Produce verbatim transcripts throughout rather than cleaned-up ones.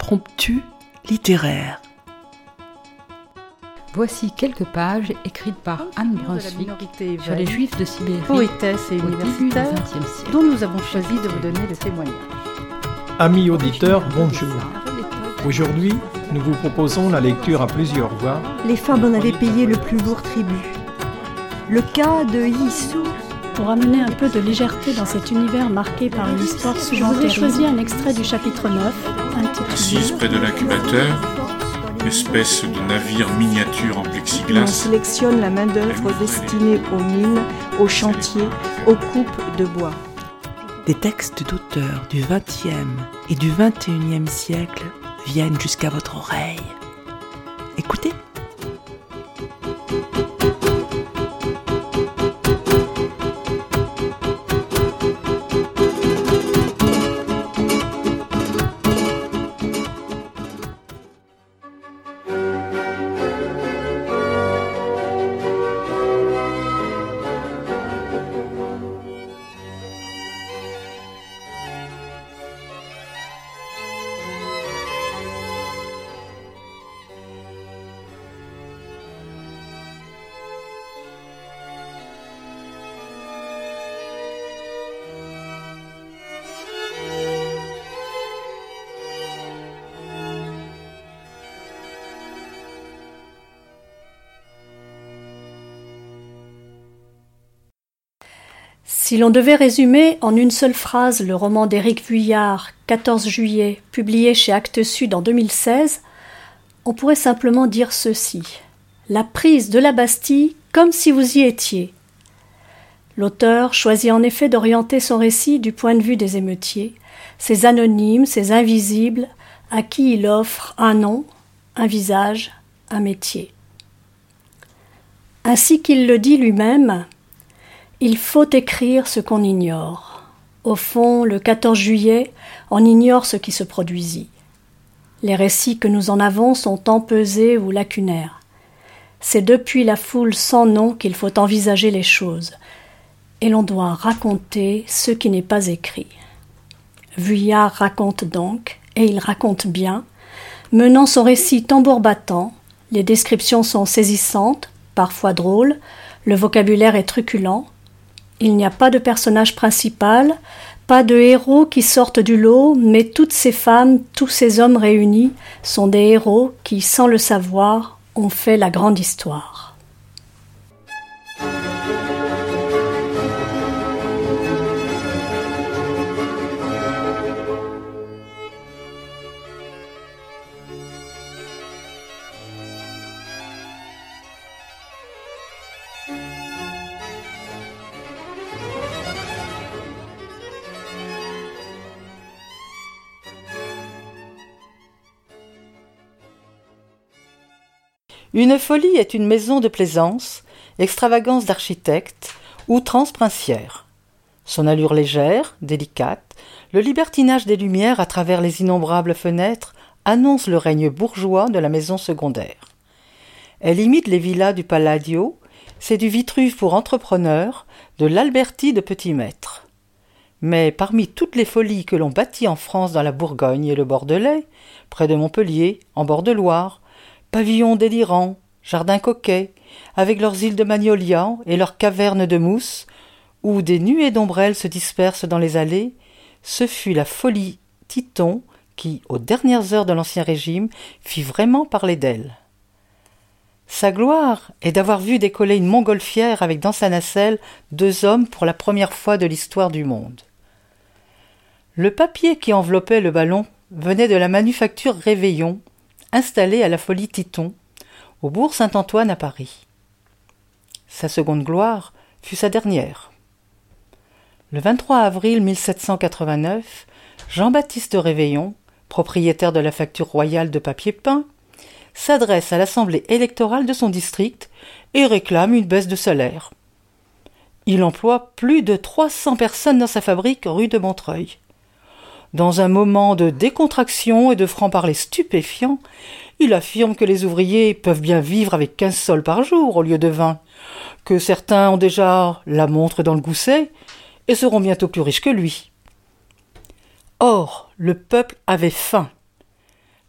impromptu littéraire. Voici quelques pages écrites par Anne Brunswick sur les Juifs de Sibérie, poétesse et universitaire, dont nous avons choisi de vous donner le témoignage. Amis auditeurs, bonjour. Aujourd'hui, nous vous proposons la lecture à plusieurs voix. Les femmes en avaient payé le plus lourd tribut. Le cas de Yissou. Pour amener un peu de légèreté dans cet univers marqué par une histoire souvent terrible, je vous ai choisi un extrait du chapitre neuf, intitulé Assise près de l'incubateur, espèce de navire miniature en plexiglas. On sélectionne la main-d'œuvre destinée aux mines, aux chantiers, aux coupes de bois. Des textes d'auteurs du vingtième et du vingt et unième siècle viennent jusqu'à votre oreille. Écoutez. Si l'on devait résumer en une seule phrase le roman d'Éric Vuillard, quatorze juillet, publié chez Actes Sud en deux mille seize, on pourrait simplement dire ceci: la prise de la Bastille comme si vous y étiez. L'auteur choisit en effet d'orienter son récit du point de vue des émeutiers, ces anonymes, ces invisibles, à qui il offre un nom, un visage, un métier. Ainsi qu'il le dit lui-même, il faut écrire ce qu'on ignore. Au fond, le quatorze juillet, on ignore ce qui se produisit. Les récits que nous en avons sont empesés ou lacunaires. C'est depuis la foule sans nom qu'il faut envisager les choses, et l'on doit raconter ce qui n'est pas écrit. Vuillard raconte donc, et il raconte bien, menant son récit tambour battant. Les descriptions sont saisissantes, parfois drôles, le vocabulaire est truculent. Il n'y a pas de personnage principal, pas de héros qui sortent du lot, mais toutes ces femmes, tous ces hommes réunis sont des héros qui, sans le savoir, ont fait la grande histoire. Une folie est une maison de plaisance, extravagance d'architecte, outrance princière. Son allure légère, délicate, le libertinage des lumières à travers les innombrables fenêtres annonce le règne bourgeois de la maison secondaire. Elle imite les villas du Palladio, c'est du Vitruve pour entrepreneurs, de l'Alberti de petit maître. Mais parmi toutes les folies que l'on bâtit en France dans la Bourgogne et le Bordelais, près de Montpellier, en bord de Loire, pavillons délirants, jardins coquets, avec leurs îles de magnolias et leurs cavernes de mousse, où des nuées d'ombrelles se dispersent dans les allées, ce fut la folie Titon qui, aux dernières heures de l'Ancien Régime, fit vraiment parler d'elle. Sa gloire est d'avoir vu décoller une montgolfière avec dans sa nacelle deux hommes pour la première fois de l'histoire du monde. Le papier qui enveloppait le ballon venait de la manufacture Réveillon, installée à la Folie Titon, au bourg Saint-Antoine à Paris. Sa seconde gloire fut sa dernière. Le vingt-trois avril mille sept cent quatre-vingt-neuf, Jean-Baptiste Réveillon, propriétaire de la facture royale de papier peint, s'adresse à l'assemblée électorale de son district et réclame une baisse de salaire. Il emploie plus de trois cents personnes dans sa fabrique rue de Montreuil. Dans un moment de décontraction et de franc-parler stupéfiant, il affirme que les ouvriers peuvent bien vivre avec quinze sols par jour au lieu de vingt, que certains ont déjà la montre dans le gousset et seront bientôt plus riches que lui. Or, le peuple avait faim.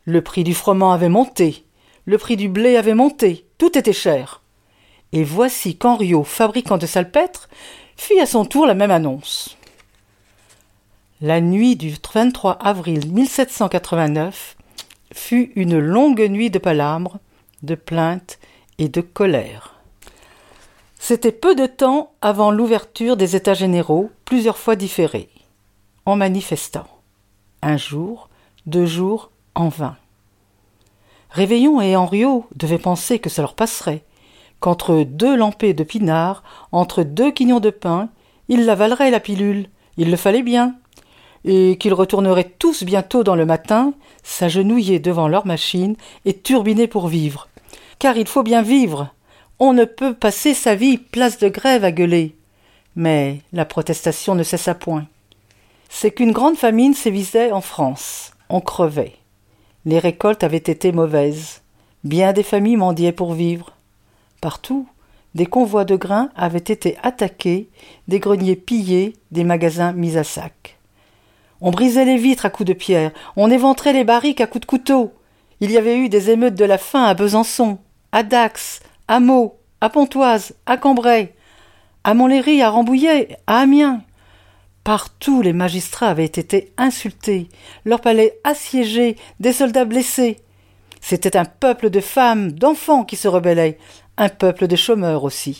Le prix du froment avait monté, le prix du blé avait monté, tout était cher. Et voici qu'Henriot, fabricant de salpêtre, fit à son tour la même annonce. La nuit du vingt-trois avril mille sept cent quatre-vingt-neuf fut une longue nuit de palabres, de plaintes et de colère. C'était peu de temps avant l'ouverture des États généraux, plusieurs fois différés, en manifestant. Un jour, deux jours, en vain. Réveillon et Henriot devaient penser que ça leur passerait, qu'entre deux lampées de pinard, entre deux quignons de pain, ils l'avaleraient la pilule, il le fallait bien, et qu'ils retourneraient tous bientôt dans le matin, s'agenouiller devant leur machine et turbiner pour vivre. Car il faut bien vivre, on ne peut passer sa vie place de grève à gueuler. Mais la protestation ne cessa point. C'est qu'une grande famine sévissait en France, on crevait. Les récoltes avaient été mauvaises, bien des familles mendiaient pour vivre. Partout, des convois de grains avaient été attaqués, des greniers pillés, des magasins mis à sac. On brisait les vitres à coups de pierre, on éventrait les barriques à coups de couteau. Il y avait eu des émeutes de la faim à Besançon, à Dax, à Meaux, à Pontoise, à Cambrai, à Montlhéry, à Rambouillet, à Amiens. Partout les magistrats avaient été insultés, leur palais assiégé, des soldats blessés. C'était un peuple de femmes, d'enfants qui se rebellait, un peuple de chômeurs aussi.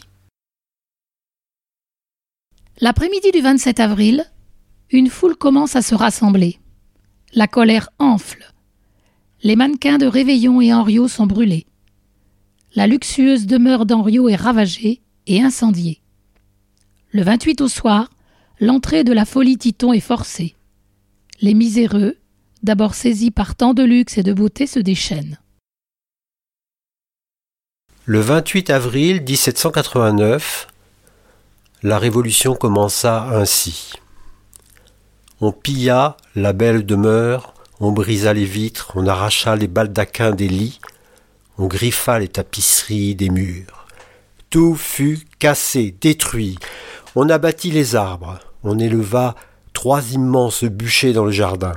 L'après-midi du vingt-sept avril, une foule commence à se rassembler. La colère enfle. Les mannequins de Réveillon et Henriot sont brûlés. La luxueuse demeure d'Henriot est ravagée et incendiée. Le vingt-huit au soir, l'entrée de la folie Titon est forcée. Les miséreux, d'abord saisis par tant de luxe et de beauté, se déchaînent. Le vingt-huit avril dix-sept cent quatre-vingt-neuf, la Révolution commença ainsi. On pilla la belle demeure, on brisa les vitres, on arracha les baldaquins des lits, on griffa les tapisseries des murs. Tout fut cassé, détruit. On abattit les arbres, on éleva trois immenses bûchers dans le jardin.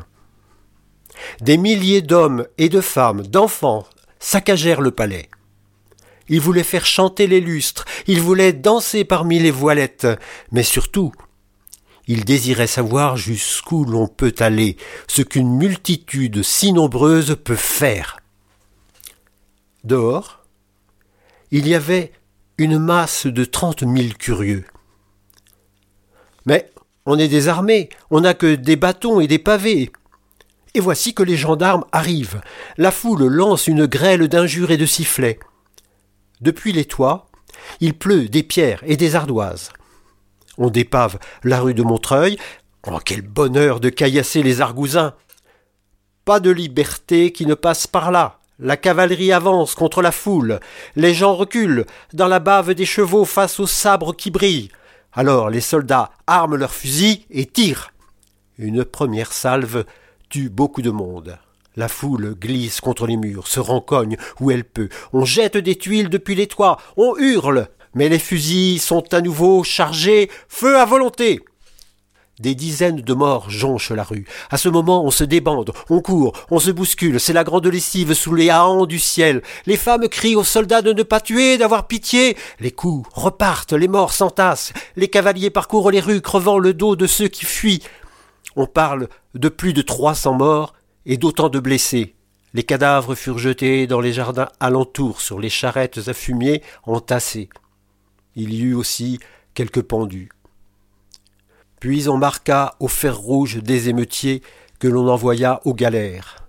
Des milliers d'hommes et de femmes, d'enfants, saccagèrent le palais. Ils voulaient faire chanter les lustres, ils voulaient danser parmi les voilettes, mais surtout, ils désiraient savoir jusqu'où l'on peut aller, ce qu'une multitude si nombreuse peut faire. Dehors, il y avait une masse de trente mille curieux. Mais on est désarmé, on n'a que des bâtons et des pavés. Et voici que les gendarmes arrivent. La foule lance une grêle d'injures et de sifflets. Depuis les toits, il pleut des pierres et des ardoises. On dépave la rue de Montreuil. Oh, quel bonheur de caillasser les argousins! Pas de liberté qui ne passe par là. La cavalerie avance contre la foule. Les gens reculent dans la bave des chevaux face aux sabres qui brillent. Alors les soldats arment leurs fusils et tirent. Une première salve tue beaucoup de monde. La foule glisse contre les murs, se rencogne où elle peut. On jette des tuiles depuis les toits, on hurle. Mais les fusils sont à nouveau chargés, feu à volonté. Des dizaines de morts jonchent la rue. À ce moment, on se débande, on court, on se bouscule. C'est la grande lessive sous les haants du ciel. Les femmes crient aux soldats de ne pas tuer, d'avoir pitié. Les coups repartent, les morts s'entassent. Les cavaliers parcourent les rues, crevant le dos de ceux qui fuient. On parle de plus de trois cents morts et d'autant de blessés. Les cadavres furent jetés dans les jardins alentours, sur les charrettes à fumier entassées. Il y eut aussi quelques pendus. Puis on marqua au fer rouge des émeutiers que l'on envoya aux galères.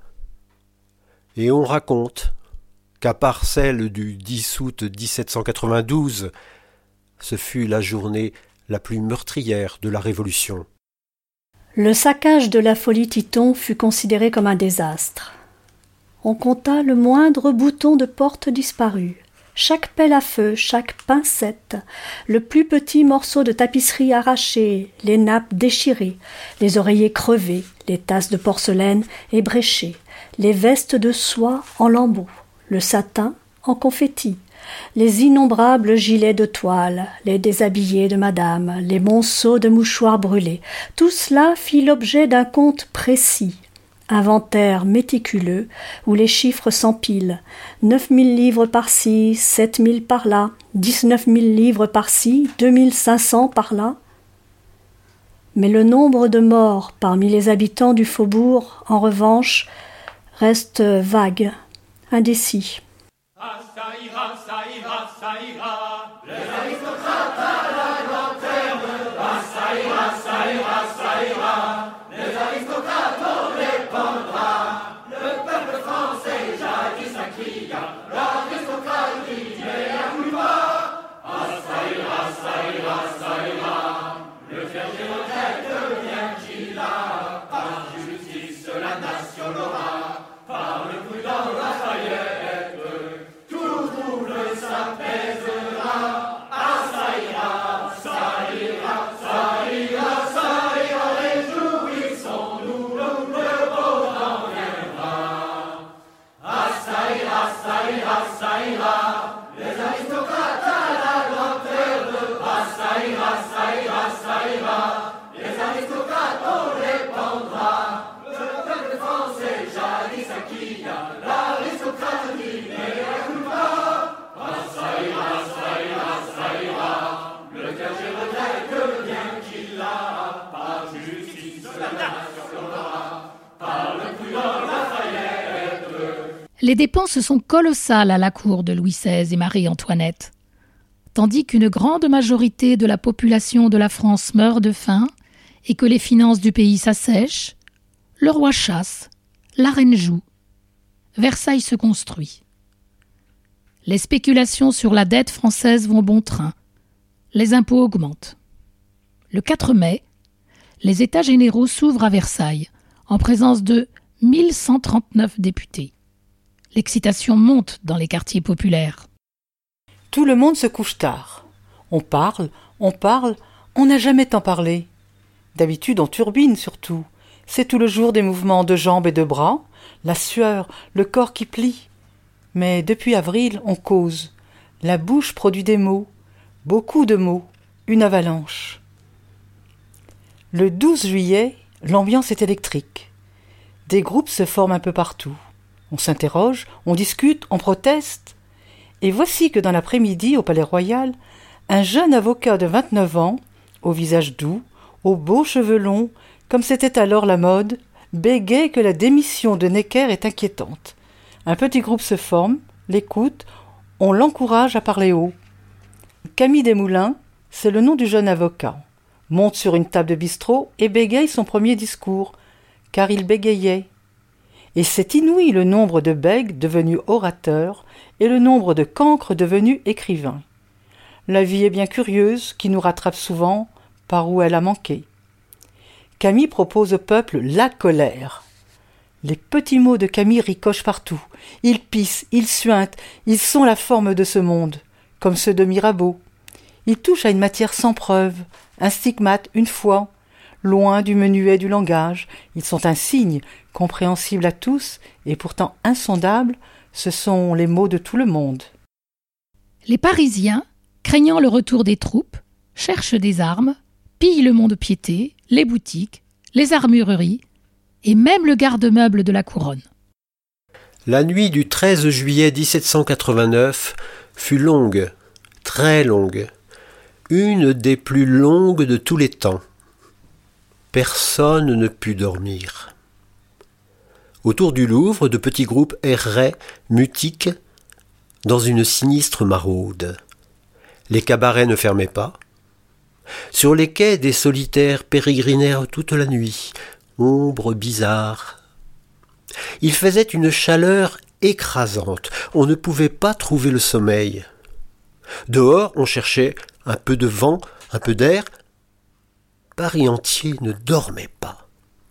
Et on raconte qu'à part celle du dix août dix-sept cent quatre-vingt-douze, ce fut la journée la plus meurtrière de la Révolution. Le saccage de la folie Titon fut considéré comme un désastre. On compta le moindre bouton de porte disparu, chaque pelle à feu, chaque pincette, le plus petit morceau de tapisserie arraché, les nappes déchirées, les oreillers crevés, les tasses de porcelaine ébréchées, les vestes de soie en lambeaux, le satin en confettis, les innombrables gilets de toile, les déshabillés de madame, les monceaux de mouchoirs brûlés, tout cela fit l'objet d'un compte précis. inventaire méticuleux où les chiffres s'empilent, neuf mille livres par-ci, sept mille par-là, dix-neuf mille livres par-ci, deux mille cinq cents par-là. Mais le nombre de morts parmi les habitants du faubourg, en revanche, reste vague, indécis. Ah, ça ira, ça ira, ça ira, les aristocrates à la lanterne. Ah, ça ira, ça ira, ça ira, les aristocrates on les pendra. Le peuple français jadis s'accria, l'aristocratie n'est à plus bas. Ah, ça ira, ça ira, ça ira, le clergé retraite bien qu'il a. Par justice la nation l'aura, par le prudent Lafayette, tout trouble s'apaisera. Ah, ça ira, ça ira, ça ira, ça ira, réjouissons-nous, le beau temps viendra. Ah, ça ira, ça ira, ça ira, les aristocrates à la lanterne. Ah, ça ira, ça ira, ça ira, les aristocrates on les pendra. Le peuple français jadis s'acquilla, l'aristocratie n'est à plus bas. Ah, ça ira, ça ira, ça ira, le clergé retraite bien qu'il a. Par justice la nation l'aura, par le prudent Lafayette. Les dépenses sont colossales à la cour de Louis seize et Marie-Antoinette. Tandis qu'une grande majorité de la population de la France meurt de faim et que les finances du pays s'assèchent, le roi chasse, la reine joue. Versailles se construit. Les spéculations sur la dette française vont bon train. Les impôts augmentent. Le quatre mai, les États généraux s'ouvrent à Versailles, en présence de mille cent trente-neuf députés. L'excitation monte dans les quartiers populaires. Tout le monde se couche tard. On parle, on parle, on n'a jamais tant parlé. D'habitude on turbine surtout. C'est tout le jour des mouvements de jambes et de bras, la sueur, le corps qui plie. Mais depuis avril, on cause. La bouche produit des mots, beaucoup de mots, une avalanche. Le douze juillet, l'ambiance est électrique. Des groupes se forment un peu partout. On s'interroge, on discute, on proteste. Et voici que dans l'après-midi, au Palais Royal, un jeune avocat de vingt-neuf ans, au visage doux, aux beaux cheveux longs, comme c'était alors la mode, bégaye que la démission de Necker est inquiétante. Un petit groupe se forme, l'écoute, on l'encourage à parler haut. Camille Desmoulins, c'est le nom du jeune avocat, monte sur une table de bistrot et bégaye son premier discours, car il bégayait. Et c'est inouï le nombre de bègues devenus orateurs et le nombre de cancres devenus écrivains. La vie est bien curieuse, qui nous rattrape souvent par où elle a manqué. Camille propose au peuple la colère. Les petits mots de Camille ricochent partout. Ils pissent, ils suintent, ils sont la forme de ce monde, comme ceux de Mirabeau. Ils touchent à une matière sans preuve, un stigmate une fois, loin du menuet du langage. Ils sont un signe, compréhensible à tous et pourtant insondable. Ce sont les mots de tout le monde. Les Parisiens, craignant le retour des troupes, cherchent des armes, pillent le mont-de-piété, les boutiques, les armureries et même le garde-meuble de la couronne. La nuit du treize juillet dix-sept cent quatre-vingt-neuf fut longue, très longue, une des plus longues de tous les temps. Personne ne put dormir. Autour du Louvre, de petits groupes erraient, mutiques, dans une sinistre maraude. Les cabarets ne fermaient pas. Sur les quais, des solitaires pérégrinèrent toute la nuit, ombre bizarre. Il faisait une chaleur écrasante, on ne pouvait pas trouver le sommeil. Dehors, on cherchait un peu de vent, un peu d'air. Paris entier ne dormait pas.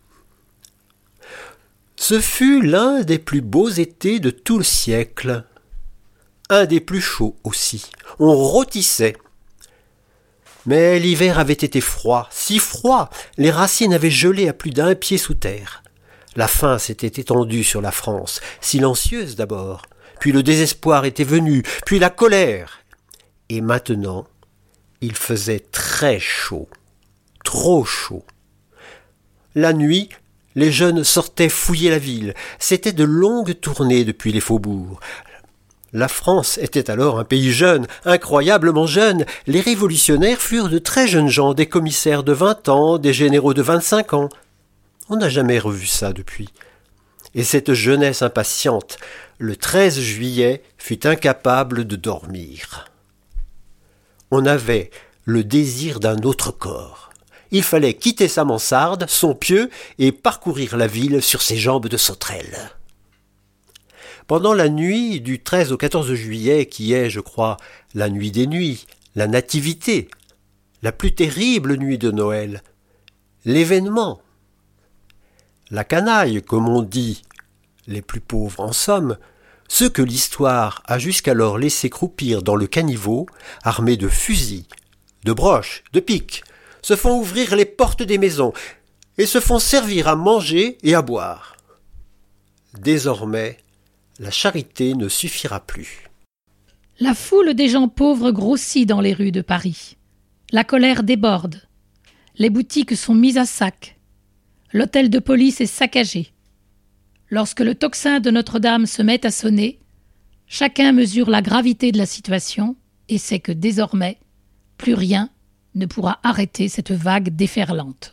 Ce fut l'un des plus beaux étés de tout le siècle. Un des plus chauds aussi. On rôtissait. Mais l'hiver avait été froid, si froid, les racines avaient gelé à plus d'un pied sous terre. La faim s'était étendue sur la France, silencieuse d'abord, puis le désespoir était venu, puis la colère. Et maintenant, il faisait très chaud, trop chaud. La nuit, Les jeunes sortaient fouiller la ville. C'étaient de longues tournées depuis les faubourgs. La France était alors un pays jeune, incroyablement jeune. Les révolutionnaires furent de très jeunes gens, des commissaires de vingt ans, des généraux de vingt-cinq ans. On n'a jamais revu ça depuis. Et cette jeunesse impatiente, le treize juillet, fut incapable de dormir. On avait le désir d'un autre corps. Il fallait quitter sa mansarde, son pieu, et parcourir la ville sur ses jambes de sauterelle. Pendant la nuit du treize au quatorze juillet, qui est, je crois, la nuit des nuits, la nativité, la plus terrible nuit de Noël, l'événement, la canaille, comme on dit, les plus pauvres en somme, ceux que l'histoire a jusqu'alors laissé croupir dans le caniveau, armés de fusils, de broches, de piques, se font ouvrir les portes des maisons et se font servir à manger et à boire. Désormais, la charité ne suffira plus. La foule des gens pauvres grossit dans les rues de Paris. La colère déborde. Les boutiques sont mises à sac. L'hôtel de police est saccagé. Lorsque le tocsin de Notre-Dame se met à sonner, chacun mesure la gravité de la situation et sait que désormais, plus rien ne pourra arrêter cette vague déferlante.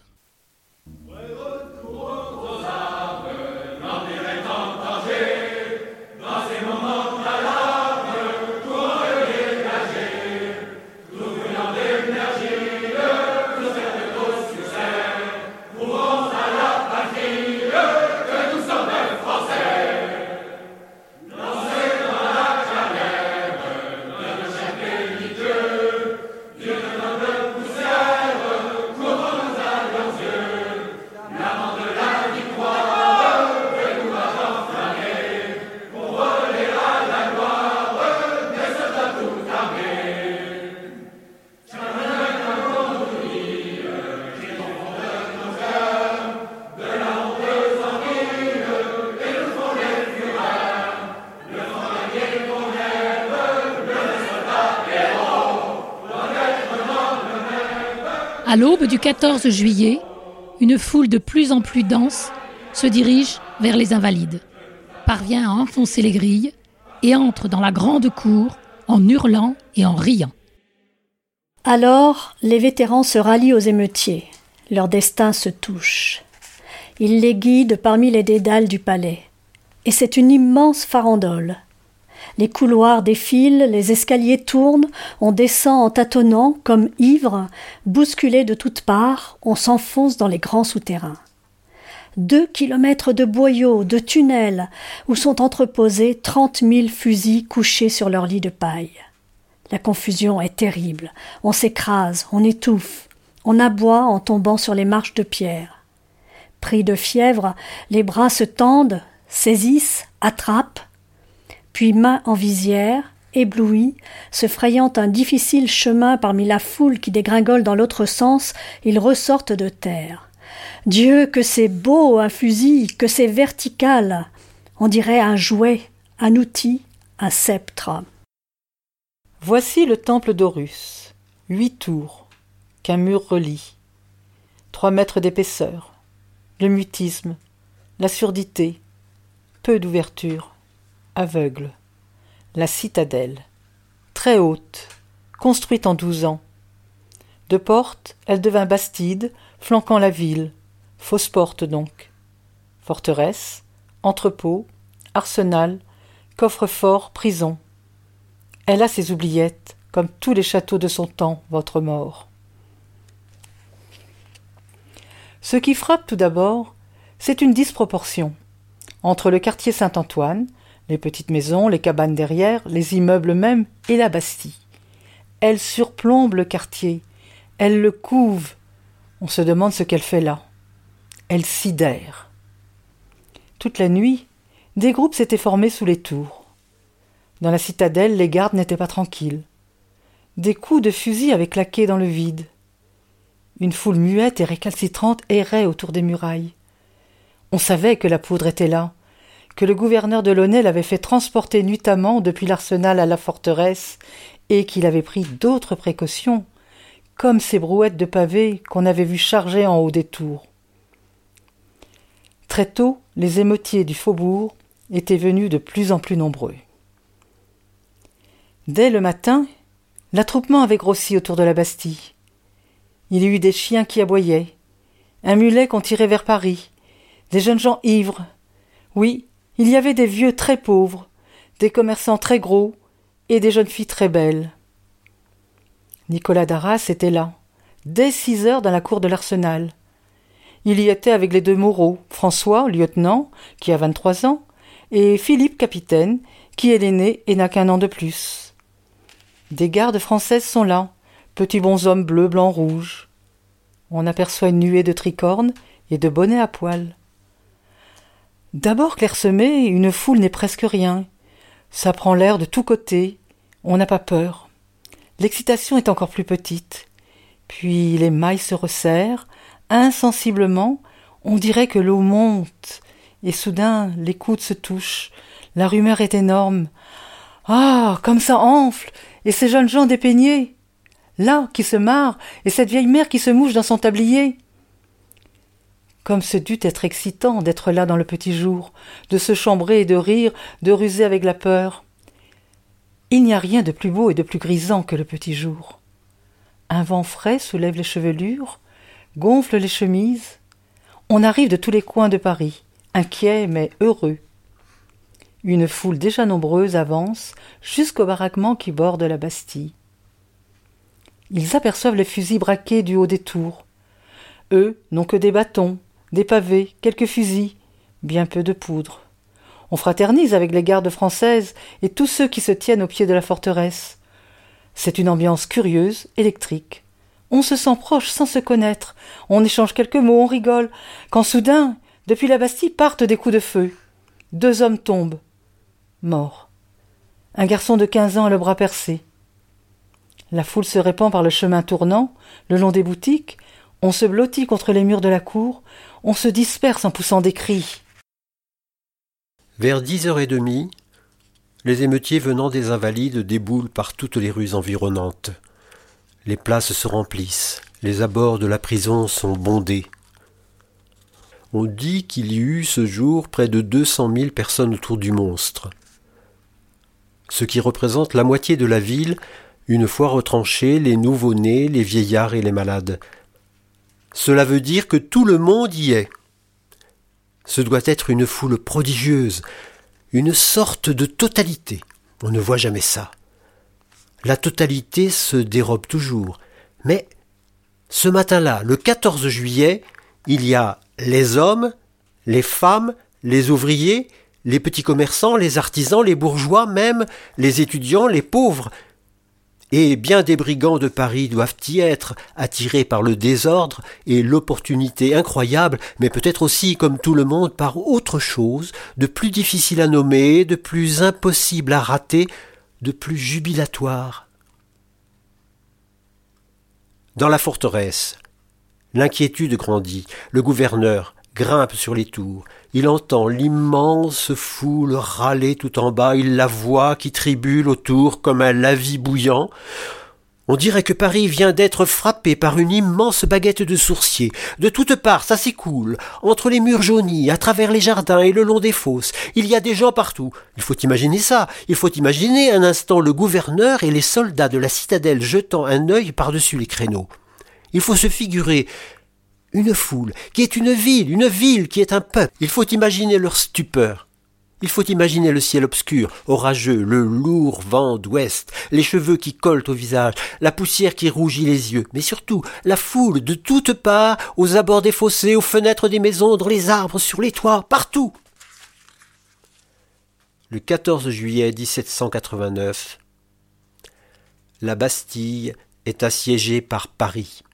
À l'aube du quatorze juillet, une foule de plus en plus dense se dirige vers les Invalides, parvient à enfoncer les grilles et entre dans la grande cour en hurlant et en riant. Alors, les vétérans se rallient aux émeutiers. Leur destin se touche. Ils les guident parmi les dédales du palais. Et c'est une immense farandole. Les couloirs défilent, les escaliers tournent, on descend en tâtonnant, comme ivre, bousculé de toutes parts, on s'enfonce dans les grands souterrains. Deux kilomètres de boyaux, de tunnels, où sont entreposés trente mille fusils couchés sur leur lit de paille. La confusion est terrible, on s'écrase, on étouffe, on aboie en tombant sur les marches de pierre. Pris de fièvre, les bras se tendent, saisissent, attrapent, puis main en visière, éblouis, se frayant un difficile chemin parmi la foule qui dégringole dans l'autre sens, ils ressortent de terre. Dieu, que c'est beau un fusil, que c'est vertical, on dirait un jouet, un outil, un sceptre. Voici le temple d'Horus, huit tours, qu'un mur relie, trois mètres d'épaisseur, le mutisme, la surdité, peu d'ouverture, aveugle, la citadelle, très haute, construite en douze ans. De porte, elle devint bastide, flanquant la ville, fausse porte donc. Forteresse, entrepôt, arsenal, coffre-fort, prison. Elle a ses oubliettes, comme tous les châteaux de son temps, votre mort. Ce qui frappe tout d'abord, c'est une disproportion entre le quartier Saint-Antoine, les petites maisons, les cabanes derrière, les immeubles même, et la Bastille. Elle surplombe le quartier, elle le couve. On se demande ce qu'elle fait là. Elle sidère. Toute la nuit, des groupes s'étaient formés sous les tours. Dans la citadelle, les gardes n'étaient pas tranquilles. Des coups de fusil avaient claqué dans le vide. Une foule muette et récalcitrante errait autour des murailles. On savait que la poudre était là, que le gouverneur de Launay l'avait fait transporter nuitamment depuis l'arsenal à la forteresse et qu'il avait pris d'autres précautions, comme ces brouettes de pavés qu'on avait vues chargées en haut des tours. Très tôt, les émeutiers du faubourg étaient venus de plus en plus nombreux. Dès le matin, l'attroupement avait grossi autour de la Bastille. Il y eut des chiens qui aboyaient, un mulet qu'on tirait vers Paris, des jeunes gens ivres. Oui, il y avait des vieux très pauvres, des commerçants très gros et des jeunes filles très belles. Nicolas d'Arras était là, dès six heures dans la cour de l'Arsenal. Il y était avec les deux Moreau, François, lieutenant, qui a vingt-trois ans, et Philippe, capitaine, qui est l'aîné et n'a qu'un an de plus. Des gardes françaises sont là, petits bonshommes bleus, blancs, rouges. On aperçoit une nuée de tricornes et de bonnets à poil. D'abord clairsemée, une foule n'est presque rien. Ça prend l'air de tous côtés, on n'a pas peur. L'excitation est encore plus petite. Puis les mailles se resserrent, insensiblement, on dirait que l'eau monte, et soudain les coudes se touchent. La rumeur est énorme. Ah, comme ça enfle, et ces jeunes gens dépeignés, là, qui se marrent, et cette vieille mère qui se mouche dans son tablier. Comme ce dut être excitant d'être là dans le petit jour, de se chambrer et de rire, de ruser avec la peur. Il n'y a rien de plus beau et de plus grisant que le petit jour. Un vent frais soulève les chevelures, gonfle les chemises. On arrive de tous les coins de Paris, inquiets mais heureux. Une foule déjà nombreuse avance jusqu'au baraquement qui borde la Bastille. Ils aperçoivent les fusils braqués du haut des tours. Eux n'ont que des bâtons, des pavés, quelques fusils, bien peu de poudre. On fraternise avec les gardes françaises et tous ceux qui se tiennent au pied de la forteresse. C'est une ambiance curieuse, électrique. On se sent proche sans se connaître, on échange quelques mots, on rigole, quand soudain, depuis la Bastille partent des coups de feu. Deux hommes tombent, morts. Un garçon de quinze ans a le bras percé. La foule se répand par le chemin tournant, le long des boutiques, on se blottit contre les murs de la cour, on se disperse en poussant des cris. Vers dix heures trente, les émeutiers venant des Invalides déboulent par toutes les rues environnantes. Les places se remplissent, les abords de la prison sont bondés. On dit qu'il y eut ce jour près de deux cent mille personnes autour du monstre, ce qui représente la moitié de la ville, une fois retranchés les nouveau-nés, les vieillards et les malades. Cela veut dire que tout le monde y est. Ce doit être une foule prodigieuse, une sorte de totalité. On ne voit jamais ça. La totalité se dérobe toujours. Mais ce matin-là, le quatorze juillet, il y a les hommes, les femmes, les ouvriers, les petits commerçants, les artisans, les bourgeois, même les étudiants, les pauvres. Et bien des brigands de Paris doivent y être, attirés par le désordre et l'opportunité incroyable, mais peut-être aussi, comme tout le monde, par autre chose, de plus difficile à nommer, de plus impossible à rater, de plus jubilatoire. Dans la forteresse, l'inquiétude grandit, le gouverneur grimpe sur les tours, il entend l'immense foule râler tout en bas, il la voit qui tribule autour comme un lavis bouillant. On dirait que Paris vient d'être frappé par une immense baguette de sourcier. De toutes parts, ça s'écoule, entre les murs jaunis, à travers les jardins et le long des fosses. Il y a des gens partout. Il faut imaginer ça. Il faut imaginer un instant le gouverneur et les soldats de la citadelle jetant un œil par-dessus les créneaux. Il faut se figurer une foule, qui est une ville, une ville qui est un peuple. Il faut imaginer leur stupeur. Il faut imaginer le ciel obscur, orageux, le lourd vent d'ouest, les cheveux qui collent au visage, la poussière qui rougit les yeux, mais surtout la foule de toutes parts, aux abords des fossés, aux fenêtres des maisons, dans les arbres, sur les toits, partout. Le quatorze juillet dix-sept cent quatre-vingt-neuf, la Bastille est assiégée par Paris.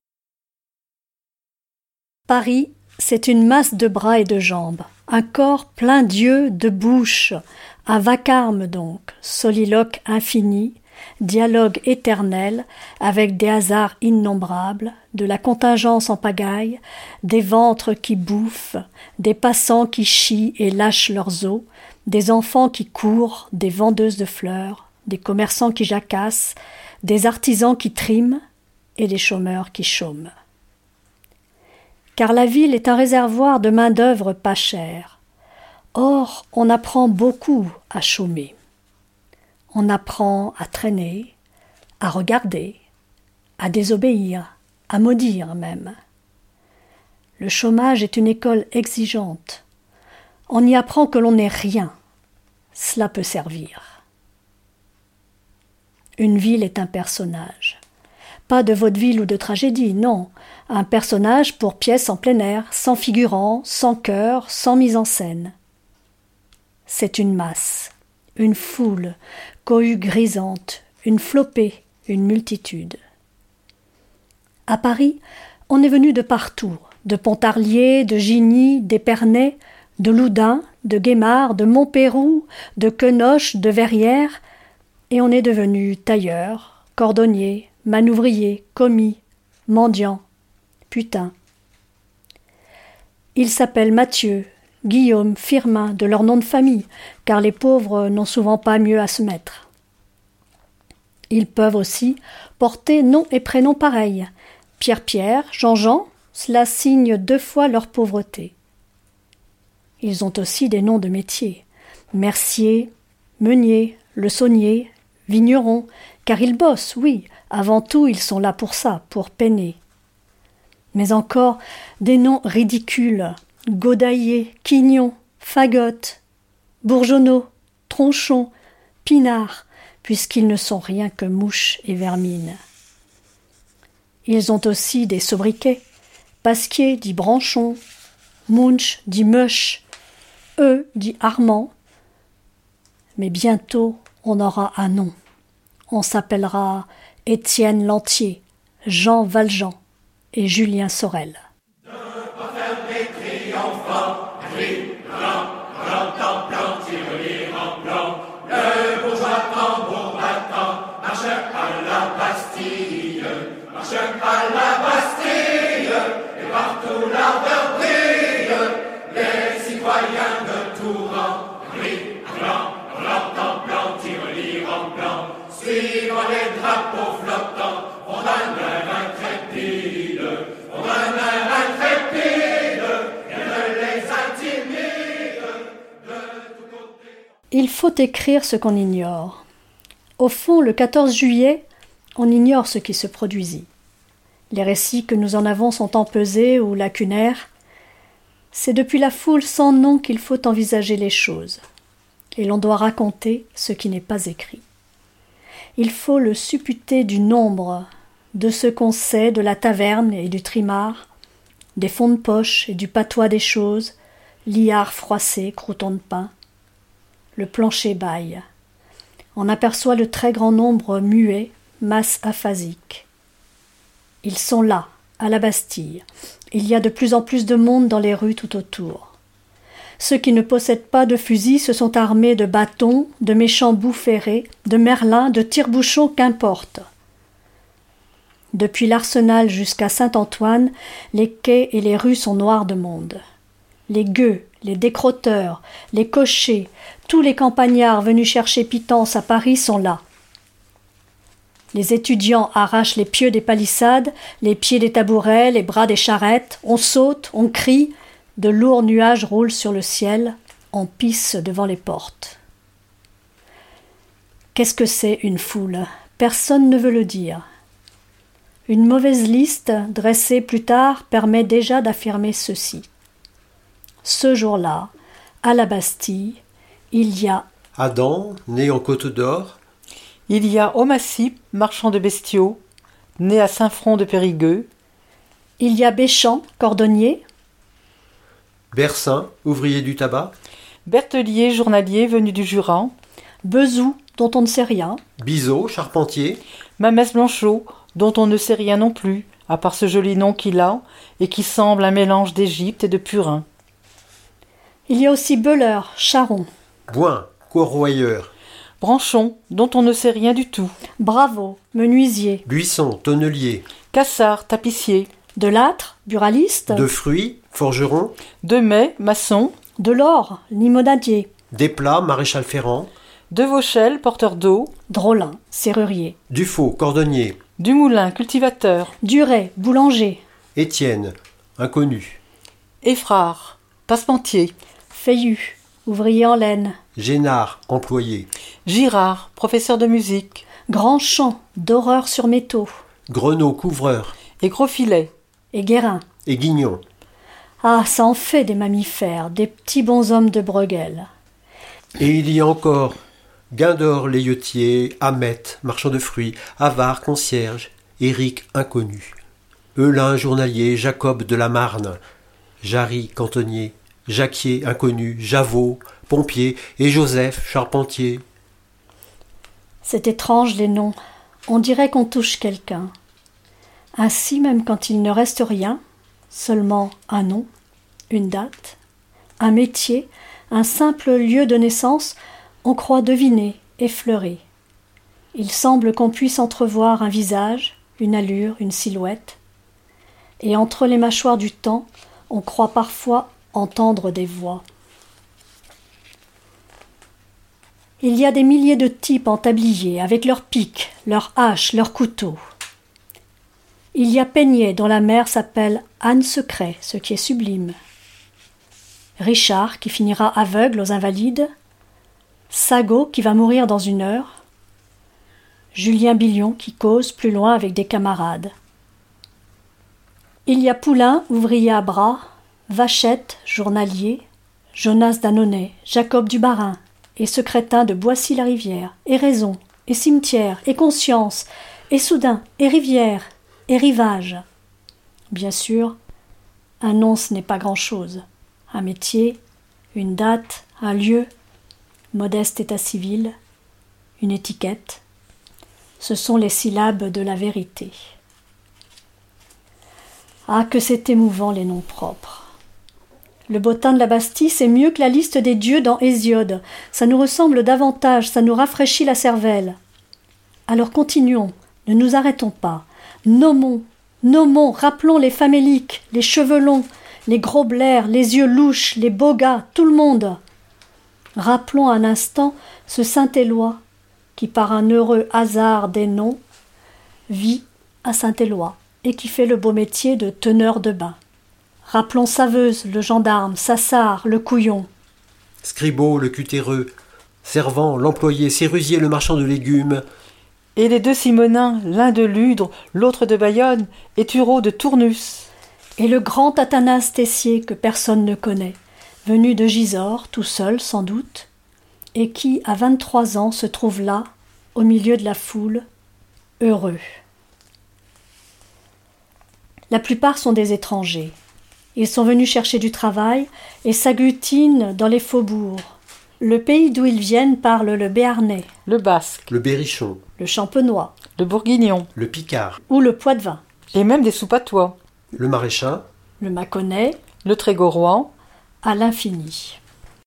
Paris, c'est une masse de bras et de jambes, un corps plein d'yeux, de bouches, un vacarme donc, soliloque infini, dialogue éternel, avec des hasards innombrables, de la contingence en pagaille, des ventres qui bouffent, des passants qui chient et lâchent leurs os, des enfants qui courent, des vendeuses de fleurs, des commerçants qui jacassent, des artisans qui triment et des chômeurs qui chôment. car la ville est un réservoir de main-d'œuvre pas chère. Or, on apprend beaucoup à chômer. On apprend à traîner, à regarder, à désobéir, à maudire même. Le chômage est une école exigeante. On y apprend que l'on n'est rien. Cela peut servir. Une ville est un personnage. Pas de vaudeville ou de tragédie, non. Un personnage pour pièce en plein air, sans figurant, sans chœur, sans mise en scène. C'est une masse, une foule, cohue grisante, une flopée, une multitude. À Paris, on est venu de partout, de Pontarlier, de Gigny, d'Épernay, de Loudun, de Guémard, de Montpeyroux, de Quenoche, de Verrières, et on est devenu tailleur, cordonnier, manouvrier, commis, mendiant, putain. Ils s'appellent Mathieu, Guillaume, Firmin, de leur nom de famille, car les pauvres n'ont souvent pas mieux à se mettre. Ils peuvent aussi porter nom et prénom pareils. Pierre-Pierre, Jean-Jean, cela signe deux fois leur pauvreté. Ils ont aussi des noms de métiers. Mercier, meunier, leçonnier, vigneron, car ils bossent, oui, avant tout ils sont là pour ça, pour peiner. Mais encore des noms ridicules, Godaillé, Quignon, Fagotte, Bourgeonneau, Tronchon, Pinard, puisqu'ils ne sont rien que mouches et vermines. Ils ont aussi des sobriquets, Pasquier dit Branchon, Munch dit Meuch, eux dit Armand. Mais bientôt on aura un nom. On s'appellera Étienne Lantier, Jean Valjean et Julien Sorel. À la Bastille, et partout l'ardeur brille, les citoyens de tout rang, gris, blanc, blanc, blanc, tirelire en blanc, suivant les drapeaux flottants, on d'un air intrépide, on d'un air intrépide, et ne les intimide de tous côtés. Il faut écrire ce qu'on ignore. Au fond, le quatorze juillet, on ignore ce qui se produisit. Les récits que nous en avons sont empesés ou lacunaires. C'est depuis la foule sans nom qu'il faut envisager les choses. Et l'on doit raconter ce qui n'est pas écrit. Il faut le supputer du nombre, de ce qu'on sait de la taverne et du trimard, des fonds de poche et du patois des choses, liards froissés, croûtons de pain. Le plancher bâille. On aperçoit le très grand nombre muet, masse aphasique. Ils sont là, à la Bastille. Il y a de plus en plus de monde dans les rues tout autour. Ceux qui ne possèdent pas de fusil se sont armés de bâtons, de méchants bouts ferrés, de merlins, de tire-bouchons, qu'importe. Depuis l'Arsenal jusqu'à Saint-Antoine, les quais et les rues sont noirs de monde. Les gueux, les décrotteurs, les cochers, tous les campagnards venus chercher pitance à Paris sont là. Les étudiants arrachent les pieux des palissades, les pieds des tabourets, les bras des charrettes. On saute, on crie, de lourds nuages roulent sur le ciel, on pisse devant les portes. Qu'est-ce que c'est une foule ? Personne ne veut le dire. Une mauvaise liste, dressée plus tard, permet déjà d'affirmer ceci. Ce jour-là, à la Bastille, il y a Adam, né en Côte d'Or. Il y a Omassip, marchand de bestiaux, né à Saint-Front de Périgueux. Il y a Béchamp, cordonnier. Bersin, ouvrier du tabac. Berthelier, journalier venu du Jura. Bezou, dont on ne sait rien. Bizot, charpentier. Mamès Blanchot, dont on ne sait rien non plus, à part ce joli nom qu'il a, et qui semble un mélange d'Égypte et de Purin. Il y a aussi Beuleur, charron. Boin, corroyeur. Branchon, dont on ne sait rien du tout. Bravo, menuisier. Buisson, tonnelier. Cassard, tapissier. Delâtre, buraliste. De fruits, forgeron. Demey, maçon. Delors, limonadier. Desplat, maréchal ferrant. Devauchel, porteur d'eau. Drolin, serrurier. Dufaux, cordonnier. Dumoulin, cultivateur. Duret, boulanger. Étienne, inconnu. Effrare, passementier. Feuillu, ouvrier en laine. Génard, employé. Girard, professeur de musique. Grand champ, d'horreur sur métaux. Grenot, couvreur. Et gros filet. Et guérin. Et guignon. Ah, ça en fait des mammifères, des petits bonshommes de Bruegel. Et il y a encore Guindor, l'Ayotier, Hamet, marchand de fruits, Avare, concierge, Éric, inconnu, Eulin, journalier, Jacob de la Marne, Jarry, cantonnier, Jacquier, inconnu, Javot, pompier, et Joseph, charpentier. C'est étrange les noms, on dirait qu'on touche quelqu'un. Ainsi, même quand il ne reste rien, seulement un nom, une date, un métier, un simple lieu de naissance, on croit deviner, effleurer. Il semble qu'on puisse entrevoir un visage, une allure, une silhouette. Et entre les mâchoires du temps, on croit parfois entendre des voix. Il y a des milliers de types en tablier, avec leurs pics, leurs haches, leurs couteaux. Il y a Peignet, dont la mère s'appelle Anne Secret, ce qui est sublime. Richard, qui finira aveugle aux Invalides. Sagot, qui va mourir dans une heure. Julien Billion, qui cause plus loin avec des camarades. Il y a Poulain, ouvrier à bras, Vachette, journalier, Jonas Dannonnet, Jacob Dubarin, et ce crétin de Boissy-la-Rivière, et Raison, et Cimetière, et Conscience, et Soudain, et Rivière, et Rivage. Bien sûr, un nom ce n'est pas grand-chose. Un métier, une date, un lieu, modeste état civil, une étiquette. Ce sont les syllabes de la vérité. Ah, que c'est émouvant les noms propres. Le bottin de la Bastille, c'est mieux que la liste des dieux dans Hésiode. Ça nous ressemble davantage, ça nous rafraîchit la cervelle. Alors continuons, ne nous arrêtons pas. Nommons, nommons, rappelons les faméliques, les cheveux longs, les gros blairs, les yeux louches, les beaux gars, tout le monde. Rappelons un instant ce Saint-Éloi qui, par un heureux hasard des noms, vit à Saint-Éloi et qui fait le beau métier de teneur de bain. Rappelons Saveuse, le gendarme, Sassard, le couillon. Scribot, le cutéreux, Servant, l'employé, Sérusier, le marchand de légumes. Et les deux Simonins, l'un de Ludre, l'autre de Bayonne, et Thureau de Tournus. Et le grand Athanase Tessier que personne ne connaît, venu de Gisors, tout seul sans doute, et qui, à vingt-trois ans, se trouve là, au milieu de la foule, heureux. La plupart sont des étrangers. Ils sont venus chercher du travail et s'agglutinent dans les faubourgs. Le pays d'où ils viennent parle le béarnais, le basque, le berrichon, le champenois, le bourguignon, le picard ou le poitevin. Et même des soupatois. Le maréchal, le mâconnais, le trégorois, à l'infini.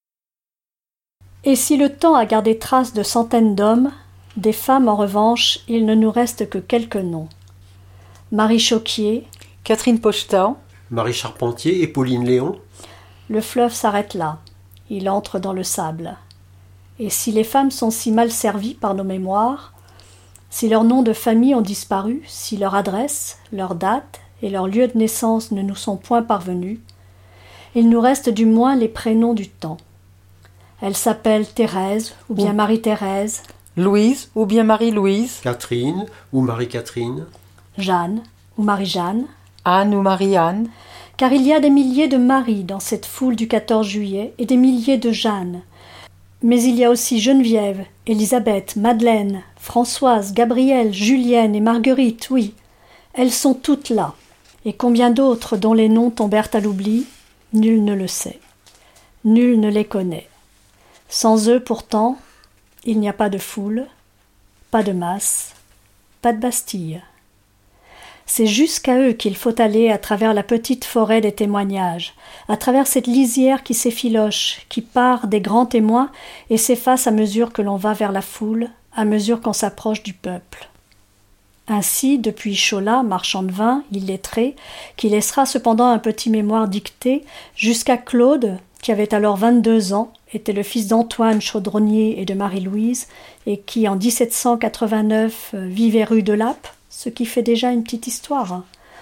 Et si le temps a gardé trace de centaines d'hommes, des femmes en revanche, il ne nous reste que quelques noms. Marie Choquier, Catherine Pochetat, Marie Charpentier et Pauline Léon. Le fleuve s'arrête là, il entre dans le sable. Et si les femmes sont si mal servies par nos mémoires, si leurs noms de famille ont disparu, si leur adresse, leur date et leur lieu de naissance ne nous sont point parvenus, il nous reste du moins les prénoms du temps. Elle s'appelle Thérèse ou bien Marie-Thérèse, Louise ou bien Marie-Louise, Catherine ou Marie-Catherine, Jeanne ou Marie-Jeanne, Anne ou Marie-Anne, car il y a des milliers de Marie dans cette foule du quatorze juillet et des milliers de Jeanne. Mais il y a aussi Geneviève, Élisabeth, Madeleine, Françoise, Gabrielle, Julienne et Marguerite, oui. Elles sont toutes là. Et combien d'autres dont les noms tombèrent à l'oubli, nul ne le sait. Nul ne les connaît. Sans eux, pourtant, il n'y a pas de foule, pas de masse, pas de Bastille. C'est jusqu'à eux qu'il faut aller à travers la petite forêt des témoignages, à travers cette lisière qui s'effiloche, qui part des grands témoins et s'efface à mesure que l'on va vers la foule, à mesure qu'on s'approche du peuple. Ainsi, depuis Cholat, marchand de vin, illettré, qui laissera cependant un petit mémoire dicté, jusqu'à Claude, qui avait alors vingt-deux ans, était le fils d'Antoine Chaudronnier et de Marie-Louise, et qui, en dix-sept cent quatre-vingt-neuf, vivait rue de Lappe, ce qui fait déjà une petite histoire.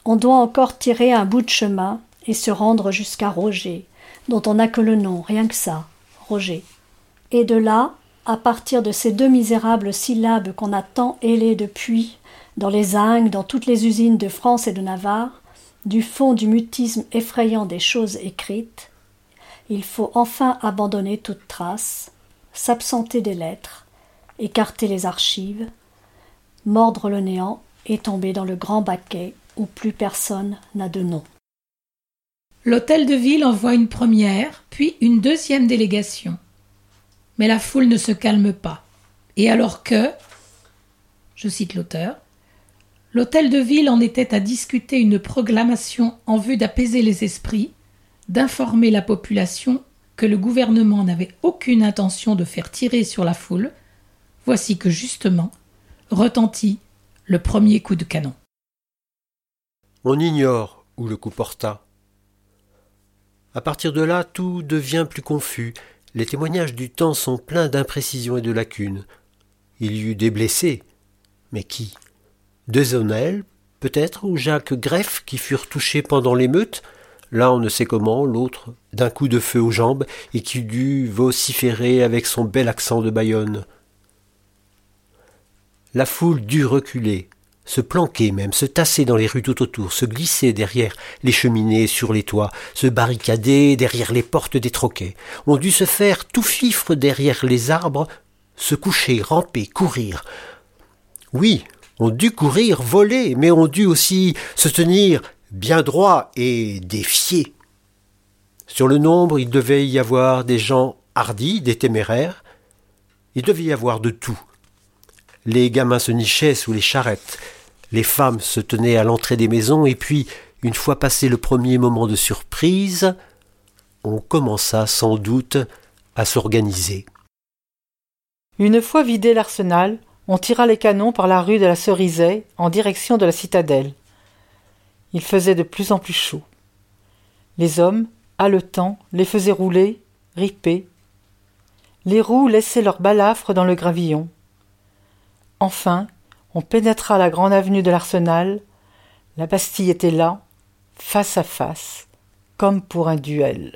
On doit encore tirer un bout de chemin et se rendre jusqu'à Roger, dont on n'a que le nom, rien que ça, Roger. Et de là, à partir de ces deux misérables syllabes qu'on a tant ailées depuis, dans les zincs, dans toutes les usines de France et de Navarre, du fond du mutisme effrayant des choses écrites, il faut enfin abandonner toute trace, s'absenter des lettres, écarter les archives, mordre le néant et tomber dans le grand baquet où plus personne n'a de nom. L'hôtel de ville envoie une première, puis une deuxième délégation. Mais la foule ne se calme pas. Et alors que, je cite l'auteur, l'hôtel de ville en était à discuter une proclamation en vue d'apaiser les esprits, d'informer la population que le gouvernement n'avait aucune intention de faire tirer sur la foule, voici que justement retentit le premier coup de canon. On ignore où le coup porta. À partir de là, tout devient plus confus. Les témoignages du temps sont pleins d'imprécisions et de lacunes. Il y eut des blessés. Mais qui ? Desaunel, peut-être, ou Jacques Greff, qui furent touchés pendant l'émeute, l'un on ne sait comment, l'autre d'un coup de feu aux jambes, et qui dut vociférer avec son bel accent de Bayonne. La foule dut reculer, se planquer même, se tasser dans les rues tout autour, se glisser derrière les cheminées sur les toits, se barricader derrière les portes des troquets. On dut se faire tout fifre derrière les arbres, se coucher, ramper, courir. Oui, on dut courir, voler, mais on dut aussi se tenir bien droit et défier. Sur le nombre, il devait y avoir des gens hardis, des téméraires. Il devait y avoir de tout. Les gamins se nichaient sous les charrettes, les femmes se tenaient à l'entrée des maisons, et puis, une fois passé le premier moment de surprise, on commença sans doute à s'organiser. Une fois vidé l'arsenal, on tira les canons par la rue de la Cerisaie en direction de la citadelle. Il faisait de plus en plus chaud. Les hommes, haletants, les faisaient rouler, riper. Les roues laissaient leurs balafres dans le gravillon. Enfin, on pénétra la grande avenue de l'Arsenal. La Bastille était là, face à face, comme pour un duel.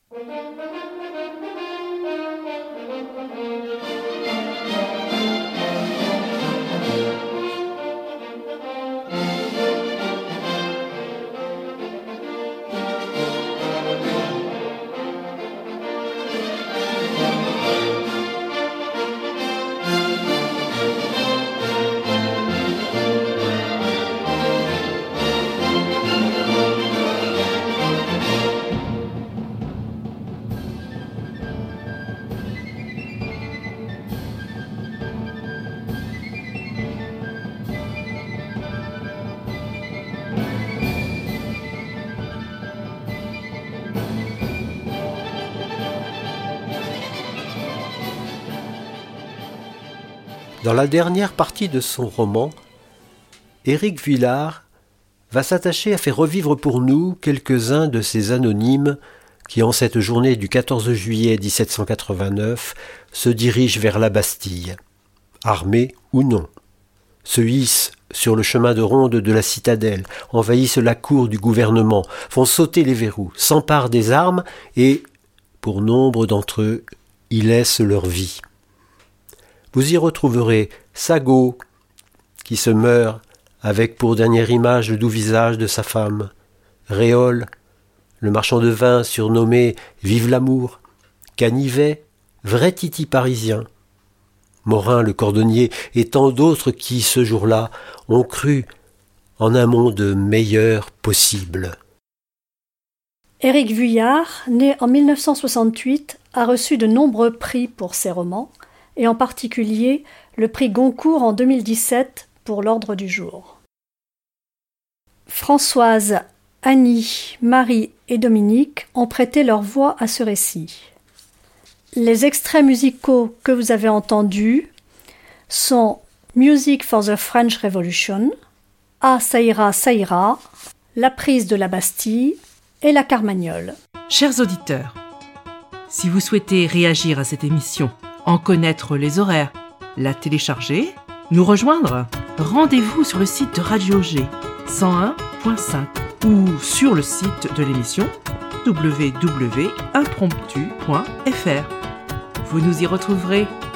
Dans la dernière partie de son roman, Éric Vuillard va s'attacher à faire revivre pour nous quelques-uns de ces anonymes qui, en cette journée du quatorze juillet dix-sept cent quatre-vingt-neuf, se dirigent vers la Bastille, armés ou non, se hissent sur le chemin de ronde de la citadelle, envahissent la cour du gouvernement, font sauter les verrous, s'emparent des armes et, pour nombre d'entre eux, y laissent leur vie. Vous y retrouverez Sagot, qui se meurt avec pour dernière image le doux visage de sa femme, Réole, le marchand de vin surnommé Vive l'amour, Canivet, vrai Titi parisien, Morin le cordonnier et tant d'autres qui, ce jour-là, ont cru en un monde meilleur possible. Éric Vuillard, né en mille neuf cent soixante-huit, a reçu de nombreux prix pour ses romans, et en particulier le prix Goncourt en deux mille dix-sept pour l'Ordre du jour. Françoise, Annie, Marie et Dominique ont prêté leur voix à ce récit. Les extraits musicaux que vous avez entendus sont Music for the French Revolution, Ah ça ira, ça ira, La prise de la Bastille et La Carmagnole. Chers auditeurs, si vous souhaitez réagir à cette émission, en connaître les horaires, la télécharger, nous rejoindre, rendez-vous sur le site de Radio G, cent un point cinq ou sur le site de l'émission w w w point impromptu point f r. Vous nous y retrouverez.